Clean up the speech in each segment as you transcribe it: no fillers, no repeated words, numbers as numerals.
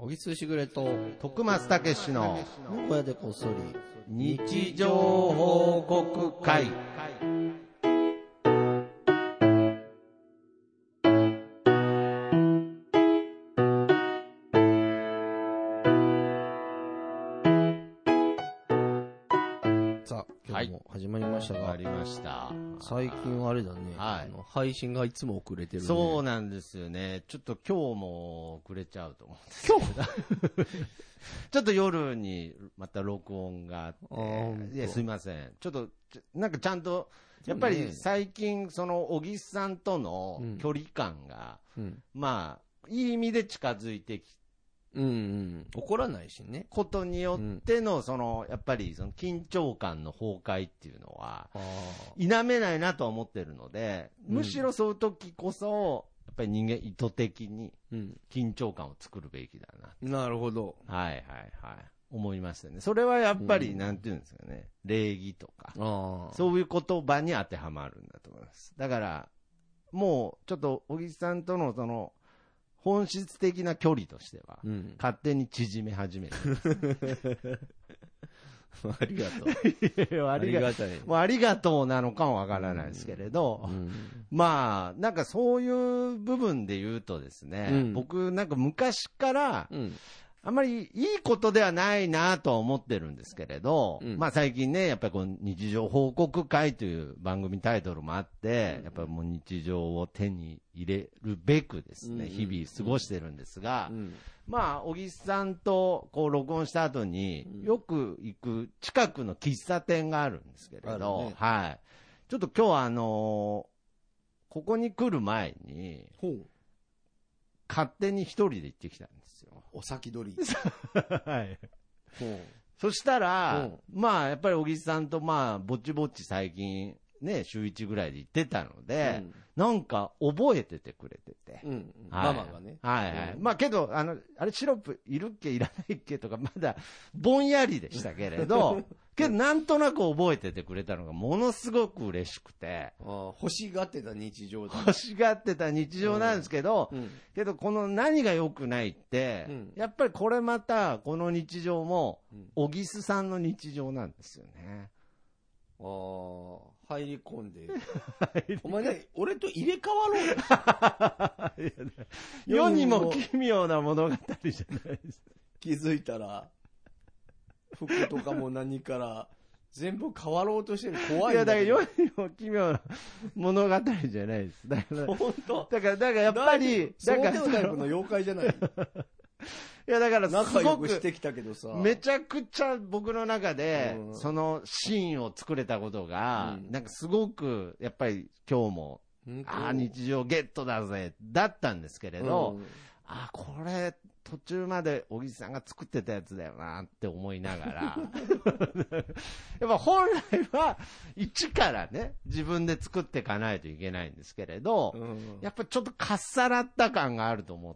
小木須しぐれと徳松たけしの名古屋でこっそり日常報告会。 さあ今日も始まりましたが、 ありました。 最近はあれだね、 はい、 配信がいつも遅れてるね。 そうなんですよね。ちょっと今日も遅れちゃうと思うんですけどちょっと夜にまた録音があって、いやすいません、ちょっとなんかちゃんとやっぱり最近その小木さんとの距離感が、まあいい意味で近づいてきて、 怒らないしね。 ことによってのそのやっぱりその緊張感の崩壊っていうのは否めないなとは思ってるので、むしろそういう時こそやっぱり人間意図的に緊張感を作るべきだな。 なるほど。 はいはいはい。思いましたね。それはやっぱりなんていうんですかね、礼儀とかそういう言葉に当てはまるんだと思います。だからもうちょっと小木さんとのその本質的な距離としては、勝手に縮め始めてありがとう。 ありがたい。もうありがとうなのかもわからないですけれど、まあなんかそういう部分で言うとですね、僕なんか昔から、あんまりいいことではないなとは思ってるんですけれど、まあ最近ね、やっぱりこの日常報告会という番組タイトルもあって、やっぱりもう日常を手に入れるべくですね、日々過ごしてるんですが、まあ小木さんとこう録音した後によく行く近くの喫茶店があるんですけれど、はい。ちょっと今日はここに来る前に、勝手に一人で行ってきたんですよ。 お先取り。 はい。そしたら、まあやっぱり小木さんとまあぼちぼち最近ね週1ぐらいで行ってたので、なんか覚えててくれてて、 ママがね。 はいはい。まあけどあれシロップいるっけいらないっけとかまだぼんやりでしたけれど。けどなんとなく覚えててくれたのがものすごく嬉しくて、 欲しがってた日常だ、 欲しがってた日常なんですけど、けどこの何が良くないって、やっぱりこれまたこの日常も小木須さんの日常なんですよね。 入り込んでお前ね、俺と入れ替わろうよ世にも奇妙な物語じゃないです。 気づいたら服とかも何から全部変わろうとしてる。怖い。 いやだから世にも奇妙な物語じゃないです。だから本当。 だからやっぱりだからそうタイプの妖怪じゃない。 いやだから仲良くしてきたけどさ、 めちゃくちゃ僕の中でそのシーンを作れたことが、なんかすごくやっぱり今日も日常ゲットだぜだったんですけれど、これ途中まで小木さんが作ってたやつだよなって思いながらやっぱ本来は一からね自分で作っていかないといけないんですけれど、やっぱちょっとかっさらった感があると思って、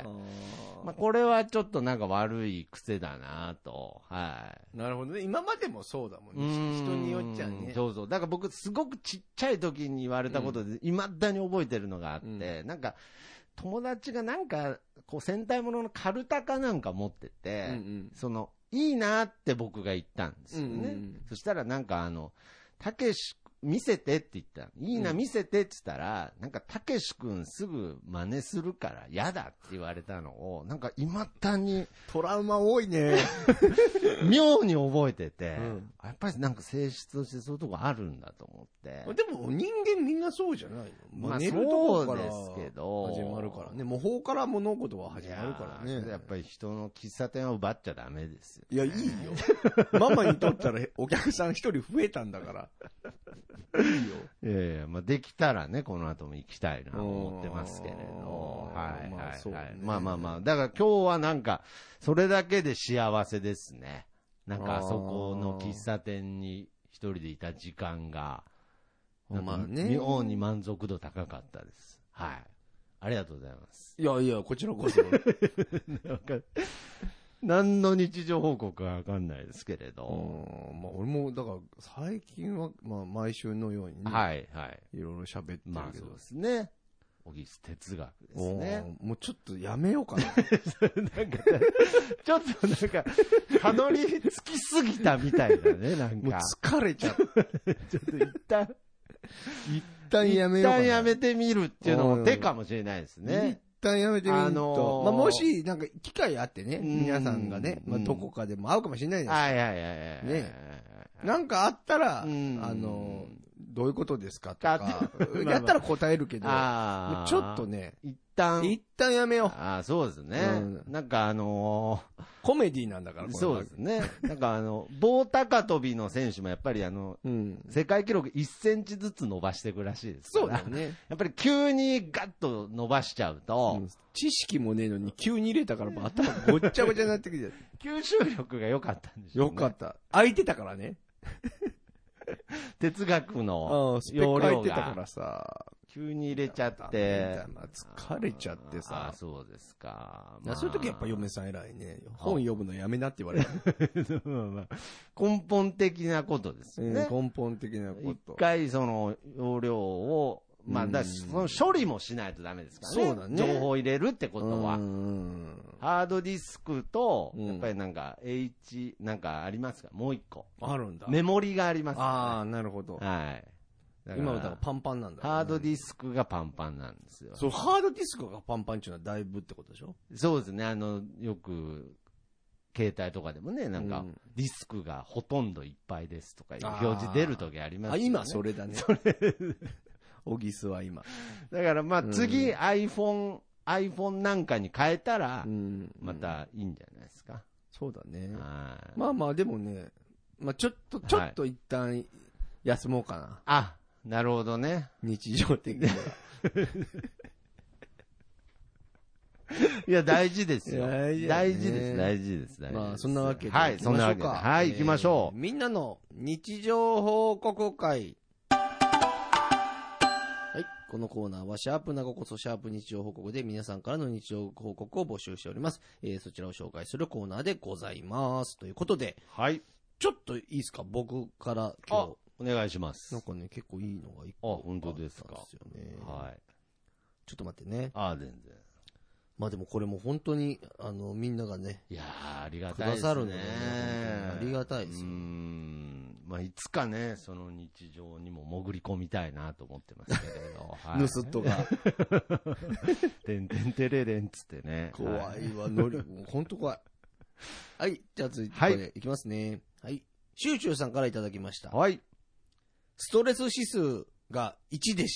まあ、これはちょっとなんか悪い癖だなと。はい。 なるほどね。今までもそうだもんね。人によっちゃね。 そうそう。だから僕すごくちっちゃい時に言われたことで未だに覚えてるのがあって、なんか友達がなんかこう戦隊もののカルタかなんか持ってて、そのいいなって僕が言ったんですよね。そしたらなんかたけし見せてって言ったいいな見せてって言ったら、なんかたけし君すぐ真似するから嫌だって言われたのをなんか未だにトラウマ多いね妙に覚えてて、やっぱりなんか性質としてそういうとこあるんだと思って。 でも人間みんなそうじゃないの。 まあそうですけど始まるからね。模倣から物事は始まるからね。 やっぱり人の喫茶店を奪っちゃダメですよ、 いやいいよママにとったらお客さん一人増えたんだからいいよ。 いやいや、まあ、できたらね、この後も行きたいなと思ってますけれど。はいはいはい。まあまあまあ、だから今日はなんか、それだけで幸せですね。なんかあそこの喫茶店に一人でいた時間が、 まあね。 妙に満足度高かったです。はい。ありがとうございます。 いやいや、こちらこそ。 何の日常報告かわかんないですけれど。 まあ俺もだから最近はまあ毎週のようにね、 はいはい。 いろいろ喋ってるけど、 まあそうですね。 小木須哲学ですね。 もうちょっとやめようかな。 なんか、ちょっとなんか、たどり着きすぎたみたいだね、なんか。 もう疲れちゃった。 ちょっと一旦やめようかな。 一旦やめてみるっていうのも手かもしれないですね。 一旦やめてみると。まあ、もし、なんか、機会あってね、皆さんがね、まあ、どこかでも会うかもしれないです。 はいはいはいはい。 ね。なんかあったら、どういうことですかとか、やったら答えるけど、ちょっとね、一旦やめよう。 そうですね。なんかコメディなんだから、 そうですね。なんか棒高跳びの選手もやっぱり世界記録1センチずつ伸ばしていくらしいですから。 そうだね。 やっぱり急にガッと伸ばしちゃうと、 知識もねえのに急に入れたから頭がごっちゃごちゃになってきて。 吸収力が良かったんでしょうね。 良かった。空いてたからね。 哲学の容量が空いてたからさ。 急に入れちゃって。 疲れちゃってさ。 そうですか。 そういう時やっぱ嫁さん偉いね。本読むのやめなって言われる。 根本的なことですね。 根本的なこと。 一回その容量を、その処理もしないとダメですからね。 そうだね。 情報を入れるってことは。ハードディスクと、やっぱりなんかなんかありますかもう一個。 あるんだ。 メモリがありますね。 ああ、なるほど。 はい。 今はだからパンパンなんだ、 ハードディスクがパンパンなんですよ。 そう、ハードディスクがパンパンっていうのはだいぶってことでしょ？ そうですね。よく、携帯とかでもね、なんか、ディスクがほとんどいっぱいですとかいう表示出るときありますよね。 今それだね。オギスは今。 だから次 iPhone なんかに変えたら、またいいんじゃないですか。 そうだね。まあでもね、ちょっと一旦休もうかな。 なるほどね。 日常的には。 いや、大事ですよ。大事です。 そんなわけで。 はい、そんなわけで。はい、行きましょう。 みんなの日常報告会。はい。このコーナーは、シャープなごこそシャープ日常報告で皆さんからの日常報告を募集しております。そちらを紹介するコーナーでございます。ということで。 はい。 ちょっといいですか僕から今日。 お願いします。 なんかね、結構いいのが一個本当ですか。 ですよね。 はい。 ちょっと待ってね。 全然。 でもこれも本当に、みんながね。 いやー、ありがたいですね。 くださるのでね。ありがたいですよ。 いつかね、その日常にも潜り込みたいなと思ってますけれど。 ヌスッとが。 てんてんてれれんつってね。 怖いわ、本当怖い。はい。じゃあ続いてこれいきますね。はい。シューチューさんからいただきました。 はい。 ストレス指数が1でした。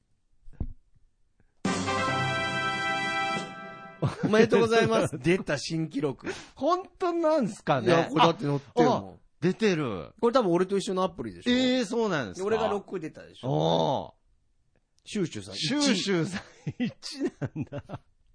おめでとうございます。出た新記録。 本当なんすかね。 いや、これだって載ってるもん。 出てる。 これ多分俺と一緒のアプリでしょ。 そうなんですか。 俺が6出たでしょ。シューシューさん1。 シューシューさん1なんだ。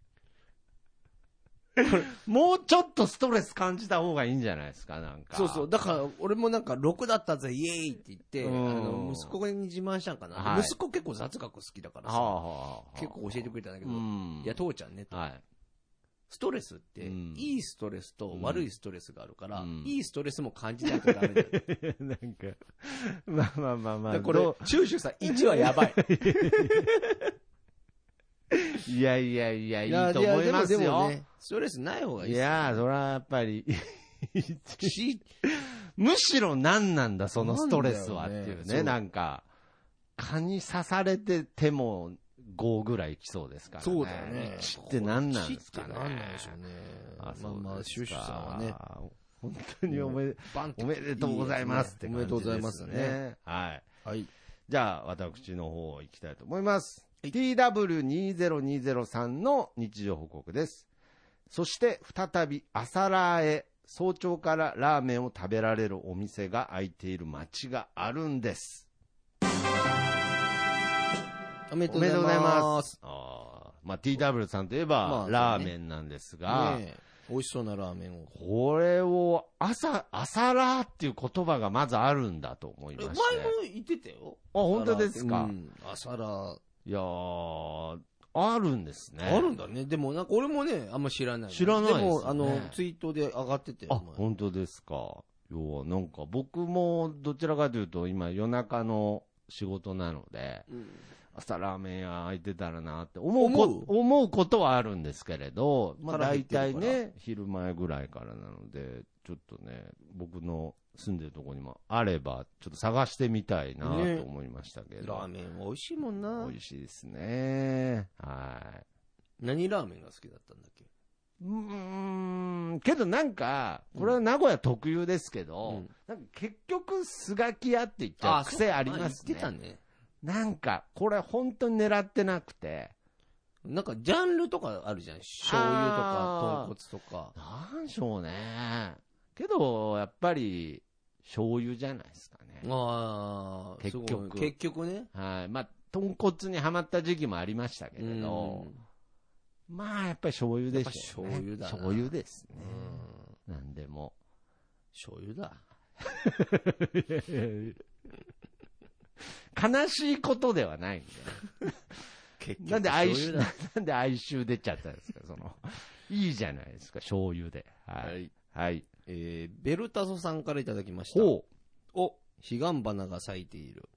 もうちょっとストレス感じた方がいいんじゃないですか、なんか。 そう。だから、俺もなんか6だったぜ、イエーイって言って、息子に自慢したんかな。息子結構雑学好きだからさ、結構教えてくれたんだけど、いや、父ちゃんね、ストレスって、いいストレスと悪いストレスがあるから、いいストレスも感じないとダメだよ。 なんか、まあ。 これ、シューシューさん1はやばい。 いや、いいと思いますよ。でもね、 ストレスない方がいい。 いや、それはやっぱり、むしろ何なんだ、そのストレスはっていうね、なんか、蚊に刺されてても5ぐらいきそうですからね。 そうだよね。 1って何なんですかね。 何なんでしょうね。シューシューさんはね。 本当におめでとうございますって感じですね。おめでとうございますね。はい。じゃあ、私の方行きたいと思います。TW20203 の日常報告です。そして再び朝ラーへ早朝からラーメンを食べられるお店が開いている街があるんです。 おめでとうございます。 TW さんといえばラーメンなんですが、 美味しそうなラーメンを。 これを朝ラーっていう言葉がまずあるんだと思いまして。 前も言ってたよ。 本当ですか。 朝ラー。 いやー、あるんですね。 あるんだね。でもなんか俺もね、あんま知らない。 知らないですね。 でもツイートで上がってて。 本当ですか。要はなんか僕もどちらかというと今夜中の仕事なので、 朝ラーメン屋空いてたらなって思うことはあるんですけれど、まあ大体ね、昼前ぐらいからなので、ちょっとね、僕の住んでるところにもあれば、ちょっと探してみたいなと思いましたけど。 ラーメン美味しいもんな。 美味しいですね。はい。 何ラーメンが好きだったんだっけ？ けどなんか、これは名古屋特有ですけど、なんか結局、スガキ屋って言っちゃう癖ありますね。 言ってたね。 なんか、これ本当に狙ってなくて。 なんか、ジャンルとかあるじゃん。醤油とか、豚骨とか。 なんでしょうね。けど、やっぱり、醤油じゃないですかね。 ああ、結局ね。 はい。まあ、豚骨にはまった時期もありましたけれど、まあ、やっぱり醤油でしょうね。 醤油だな。 醤油ですね。なんでも。 醤油だ。 悲しいことではないんで。なんで哀愁出ちゃったんですか、いいじゃないですか、醤油で。はい。はい。 ベルタソさんからいただきました。彼岸花が咲いている。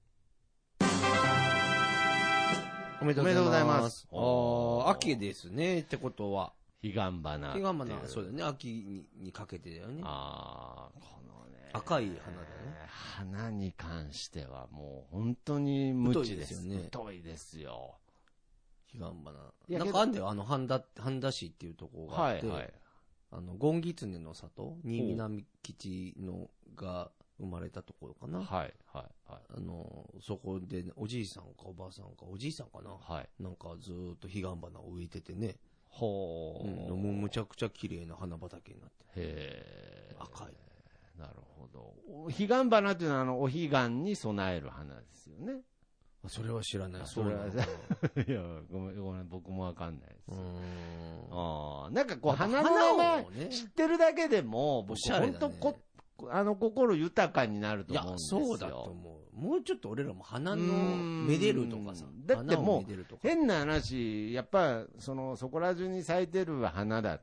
おめでとうございます。秋ですね、ってことは。 彼岸花。 そうだよね、秋にかけてだよね。 このね。 赤い花だよね。 花に関してはもう本当に無知ですよね。疎いですよ。 彼岸花。なんかあんだよ、半田市っていうところがあって、ゴンギツネの里、新南基地のが生まれたところかな。 はいはいはい。 そこで、ね、おじいさんかおばあさんか、おじいさんかな。 はい。 なんかずーっと彼岸花を植えててね。 もうむちゃくちゃ綺麗な花畑になって。赤い。 なるほど。彼岸花っていうのはお彼岸に備える花ですよね。 それは知らない。 それは、いや、ごめん、僕もわかんないです。なんかこう、花の名前知ってるだけでも、僕、本当心豊かになると思うんですよ。 いや、そうだと思う。もうちょっと俺らも花のめでるとかさ。 だってもう、変な話、やっぱ、そこら中に咲いてる花だって、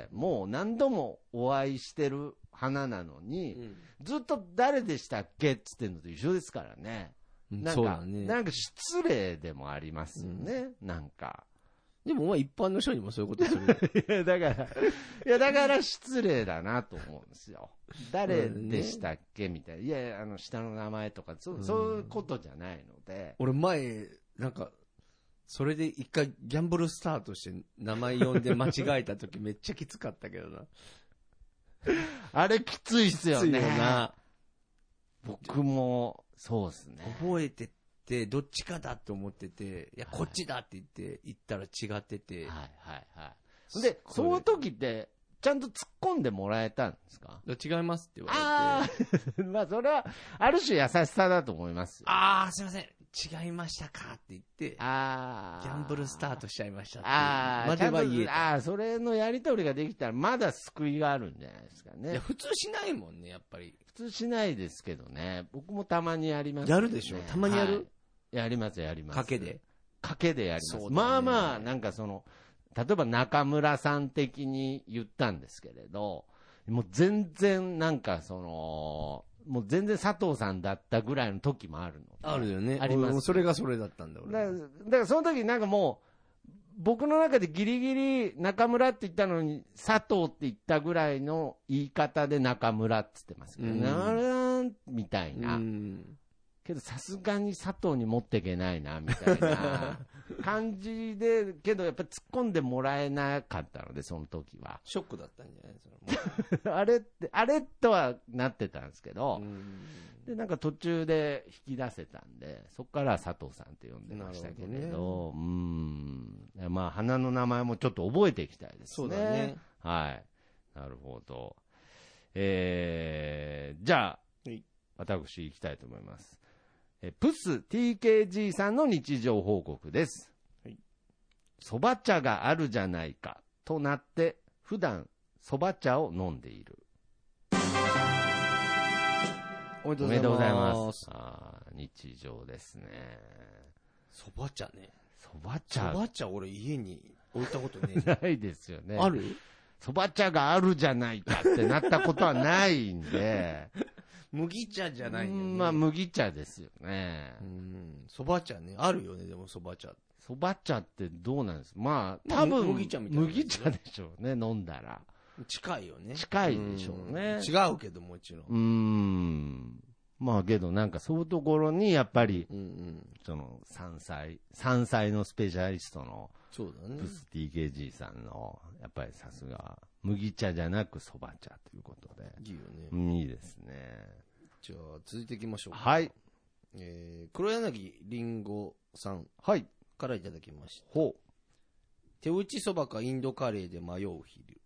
もう何度もお会いしてる花なのに、ずっと誰でしたっけっつってんのと一緒ですからね。なんか失礼でもありますよね、なんか。 でもまあ一般の人にもそういうことする。 だから失礼だなと思うんですよ。誰でしたっけみたいな。いや、下の名前とか、そういうことじゃないので。 俺前、なんか、それで一回ギャンブルスタートして名前呼んで間違えた時めっちゃきつかったけどな。 あれきついっすよね。きついよな。僕も、そうですね。 覚えてて、どっちかだと思ってて、いや、こっちだって言ったら違ってて。 で、その時って、ちゃんと突っ込んでもらえたんですか？ 違いますって言われて。 まあ、それは、ある種優しさだと思いますよ。 すいません。違いましたかって言って、ギャンブルスタートしちゃいましたって。 までは言えた。それのやり取りができたら、まだ救いがあるんじゃないですかね。 いや、普通しないもんね、やっぱり。 普通しないですけどね。僕もたまにやります、ね。 やるでしょ？たまにやる？ やります。賭けでやります。まあまあ、なんか例えば中村さん的に言ったんですけれど、もう全然なんかもう全然佐藤さんだったぐらいの時もあるの。 あるよね。 あります。 それがそれだったんだ、俺。 だからその時なんかもう、僕の中でギリギリ中村って言ったのに、佐藤って言ったぐらいの言い方で中村って言ってますけど、みたいな。けどさすがに佐藤に持っていけないな、みたいな感じで、けどやっぱり突っ込んでもらえなかったので、その時は。 ショックだったんじゃないあれとはなってたんですけど、で、なんか途中で引き出せたんで、そこから佐藤さんって呼んでましたけれど、まあ、花の名前もちょっと覚えていきたいですね。 そうだね。 はい。なるほど。じゃあ、私行きたいと思います。プス TKG さんの日常報告です。そば茶があるじゃないかとなって普段そば茶を飲んでいる。 おめでとうございます。 日常ですね。 そば茶ね。 そば茶俺家に置いたことねえ。ないですよね。 ある？ そば茶があるじゃないかってなったことはないんで。 麦茶じゃないよね。 まあ、麦茶ですよね。 蕎麦茶ね。あるよね、でも蕎麦茶。 蕎麦茶ってどうなんですか？まあ、多分、麦茶みたいな、ね。麦茶でしょうね、飲んだら。 近いよね。 近いでしょうね。 違うけど、もちろん。まあけどなんかそういうところにやっぱり、その山菜のスペシャリストのそうだね。 プス TKG さんのやっぱりさすが麦茶じゃなく蕎麦茶ということでいいよね。 いいですね。 じゃあ続いていきましょう。 はい。 黒柳りんごさんからいただきました。 ほう。 手打ちそばかインドカレーで迷う昼。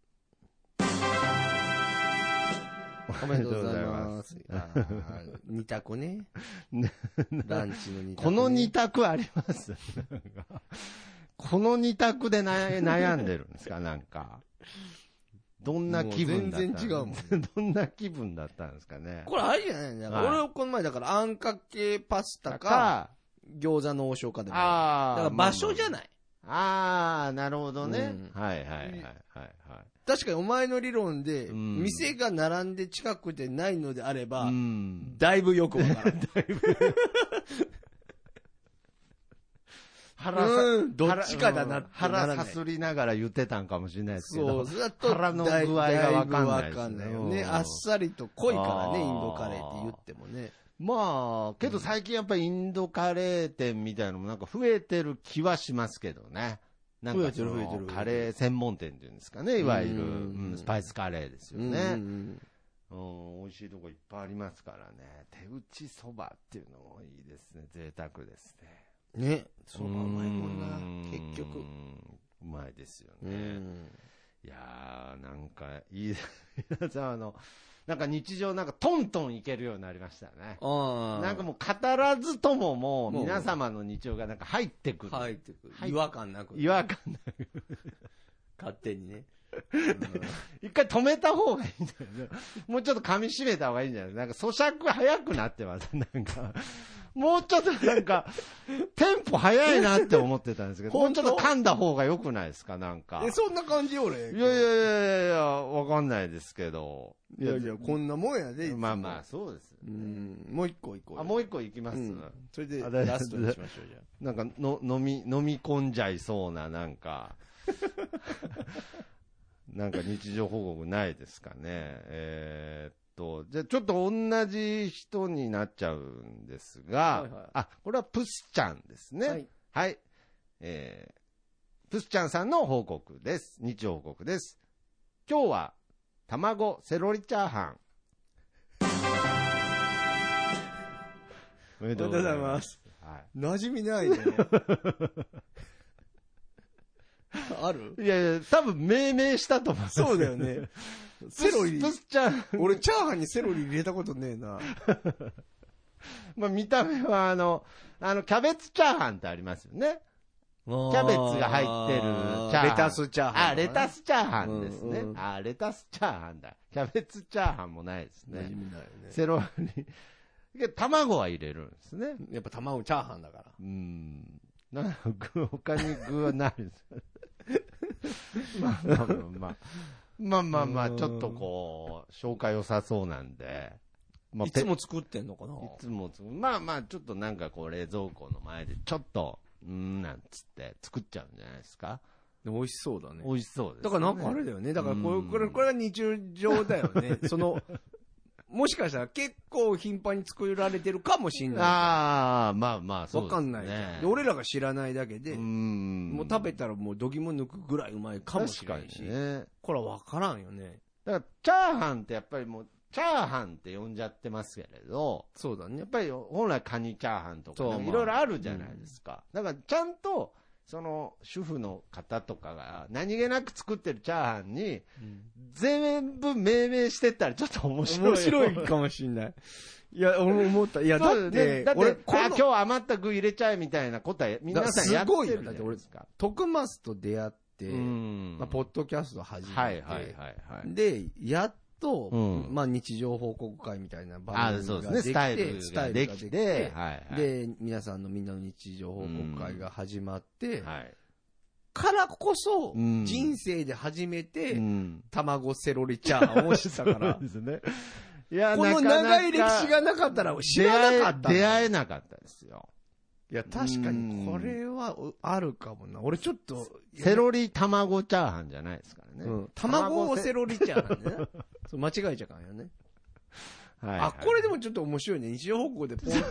おめでとうございます。二択ね。ランチの二択、ね。 この二択ありますこの二択で悩んでるんですかなんか。どんな気分だった全然違うもん。 どんな気分だったんですかね。 これあれじゃないんだから、俺この前だからあんかけパスタか、餃子の王将かでも。だから場所じゃない。 なるほどね。はい。 確かにお前の理論で、店が並んで近くでないのであれば、だいぶよくわからん。どっちかだなって腹さすりながら言ってたんかもしれないですけど。 そう、腹の具合がわかんないですね。あっさりと濃いからね、インドカレーって言ってもね。 まあ、けど最近やっぱりインドカレー店みたいなのもなんか増えてる気はしますけどね。なんかそのカレー専門店っていうんですかね、いわゆるスパイスカレーですよね。美味しいとこいっぱいありますからね。手打ちそばっていうのもいいですね。贅沢ですね。 ね、そばうまいもんな、結局。 うまいですよね。いやー、なんかいい、皆さんなんか日常なんかトントンいけるようになりましたね。なんかもう語らずとももう皆様の日常がなんか入ってくる。 違和感なく。勝手にね。 一回止めた方がいいんだよね。もうちょっと噛み締めた方がいいんじゃないなんか咀嚼早くなってます。なんか。もうちょっとなんか、テンポ早いなって思ってたんですけど、もうちょっと噛んだ方が良くないですかなんか。 そんな感じ俺。 いや、わかんないですけど。 いや、こんなもんやで。 まあ、そうです。 もう一個行こう。 もう一個行きます。 それでラストにしましょう、じゃあ。 なんか飲み込んじゃいそうな、なんか。なんか日常報告ないですかね。じゃあちょっと同じ人になっちゃうんですが、これはプスちゃんですね。はい。プスちゃんさんの報告です。日常報告です。今日は卵セロリチャーハン。おめでとうございます。 馴染みないね。ある？ いや、多分命名したと思う。 そうだよね。セロリ。 プスちゃん。 俺、チャーハンにセロリ入れたことねえな。 まあ、見た目はキャベツチャーハンってありますよね。キャベツが入ってるチャーハン。 レタスチャーハン。 レタスチャーハンですね。レタスチャーハンだ。キャベツチャーハンもないですね。セロリ。卵は入れるんですね。 やっぱ卵チャーハンだから。 他に具はないです。まあ、ちょっとこう、消化良さそうなんで。 いつも作ってんのかな？ いつもまあ、ちょっとなんかこう、冷蔵庫の前でちょっと、なんつって作っちゃうんじゃないですか。 美味しそうだね。 美味しそうです、ね。 だからなんかあれだよね。だからこれが日常だよね。もしかしたら結構頻繁に作られてるかもしんない。 まあ、そうですね。 わかんないで。俺らが知らないだけで、もう食べたらもうどぎも抜くぐらいうまいかもしれないし。ね、これはわからんよね。 だから、チャーハンってやっぱりもう、チャーハンって呼んじゃってますけれど、 そうだね。 やっぱり本来カニチャーハンとか、いろいろあるじゃないですか。だから、ちゃんと、主婦の方とかが何気なく作ってるチャーハンに、全部命名してったらちょっと面白い。 面白いかもしんない。いや、俺思った。いや、だって、 今日余った具入れちゃえみたいなことは、皆さんやってるじゃないですか。 徳松と出会って、ポッドキャスト始めて、で、やっと、日常報告会みたいな番組ができて、 スタイルができて、 で、皆さんのみんなの日常報告会が始まって、からこそ、人生で初めて、卵セロリチャーハンをしたから。 そうですね。 この長い歴史がなかったら知らなかった。 出会えなかったですよ。 いや、確かにこれはあるかもな。俺ちょっと。 セロリ卵チャーハンじゃないですからね。 卵をセロリチャーハンね。そう間違えちゃうからよね。はい、これでもちょっと面白いね。日常方向でポンって、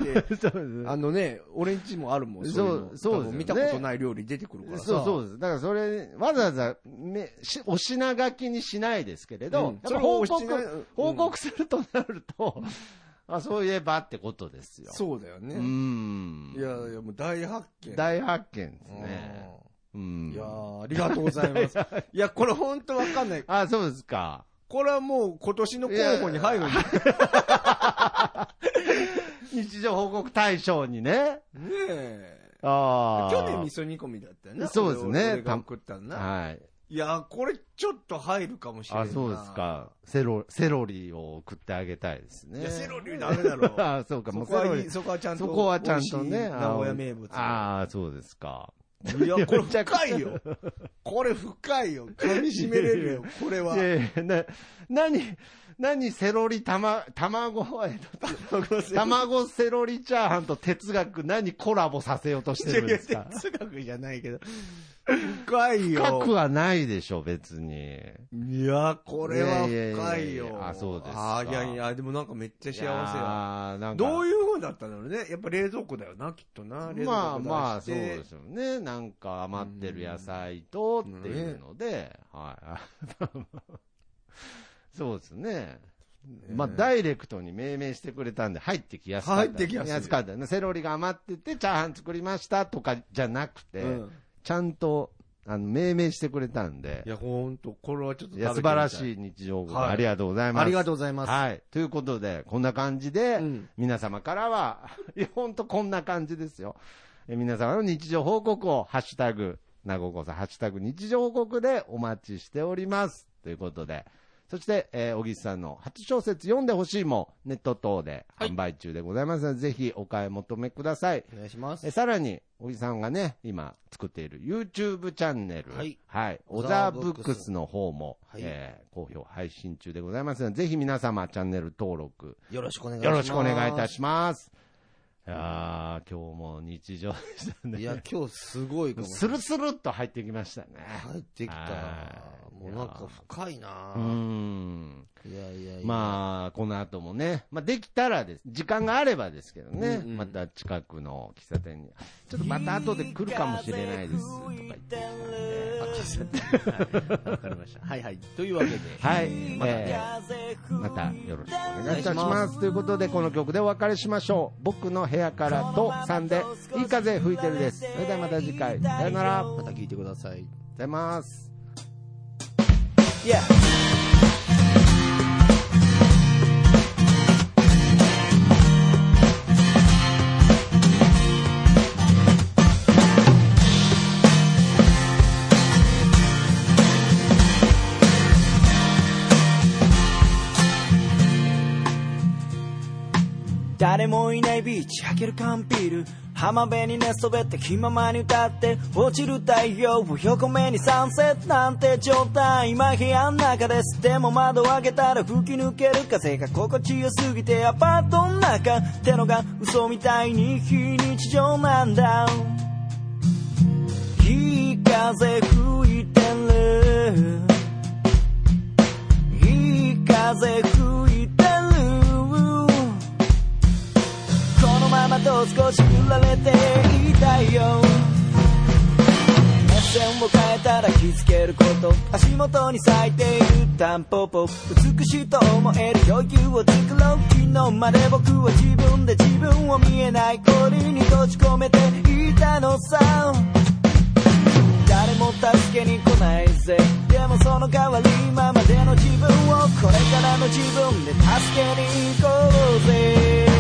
俺んちもあるもん。そうですね。見たことない料理出てくるからさ。 そうです。だからそれ、わざわざ、お品書きにしないですけれど、やっぱ報告するとなると、そういえばってことですよ。 そうだよね。いや、もう大発見。 大発見ですね。 いやありがとうございます。いや、これ本当わかんない。 そうですか。 これはもう今年の候補に入るんだ。 日常報告大賞にね。 ねえ。去年味噌煮込みだったよね。 そうですね。 俺が送ったんだ。 はい。 いや、これちょっと入るかもしれない。 そうですか。セロリを送ってあげたいですね。 いや、セロリダメだろ。 そうか、 もうセロリ。そこはちゃんとね。名古屋名物。 そうですか。 いや、これ深いよ。これ深いよ。噛み締めれるよ、これは。 何セロリ卵セロリチャーハンと哲学何コラボさせようとしてるんですか？ 哲学じゃないけど。深いよ。 深くはないでしょ、別に。 いや、これは深いよ。 そうですか。 いや、でもなんかめっちゃ幸せや。どういう風だったんだろうね。やっぱ冷蔵庫だよな、きっとな。 まあ、そうですよね。なんか余ってる野菜とっていうので、はい。そうですね。ダイレクトに命名してくれたんで入ってきやすかった。 入ってきやすかったね。セロリが余ってて、チャーハン作りましたとかじゃなくて、ちゃんと、命名してくれたんで。 いや、ほんと、これはちょっと素晴らしい日常をありがとうございます。 ありがとうございます。 はい。ということで、こんな感じで、皆様からは、いや、ほんとこんな感じですよ。皆様の日常報告を、ハッシュタグ、なごこさん、ハッシュタグ日常報告でお待ちしております。ということで、そして、小木さんの初小説読んでほしいもネット等で販売中でございますので、ぜひお買い求めください。 お願いします。 さらに、小木さんがね、今作っている YouTube チャンネル、はい。オザブックスの方も、好評配信中でございますので、ぜひ皆様チャンネル登録よろしくお願いします。 よろしくお願いいたします。いやー、今日も日常でしたね。 いや、今日すごいかも。 スルスルっと入ってきましたね。 入ってきた。もうなんか深いな。いや。 まあ、この後もね、できたらです。時間があればですけどね、また近くの喫茶店に。ちょっとまた後で来るかもしれないです。とか言ってわかりました。はい。というわけで。 はい。またよろしくお願いいたします。ということで、この曲でお別れしましょう。僕の部屋からと3で、いい風吹いてるです。それではまた次回。さよなら。 また聞いてください。 ありがとうございます。 Yeah.誰もいないビーチ開ける缶ビール浜辺に寝そべって気ままに歌って落ちる太陽を横目にサンセットなんて状態今部屋の中ですでも窓を開けたら吹き抜ける風が心地よすぎてアパートの中ってのが嘘みたいに非日常なんだいい風吹いてるいい風吹いてるこのままと少し振られていたいよ目線を変えたら気づけること足元に咲いているタンポポ美しいと思える余裕を作ろう昨日まで僕は自分で自分を見えない氷に閉じ込めていたのさ誰も助けに来ないぜでもその代わり今までの自分をこれからの自分で助けに行こうぜ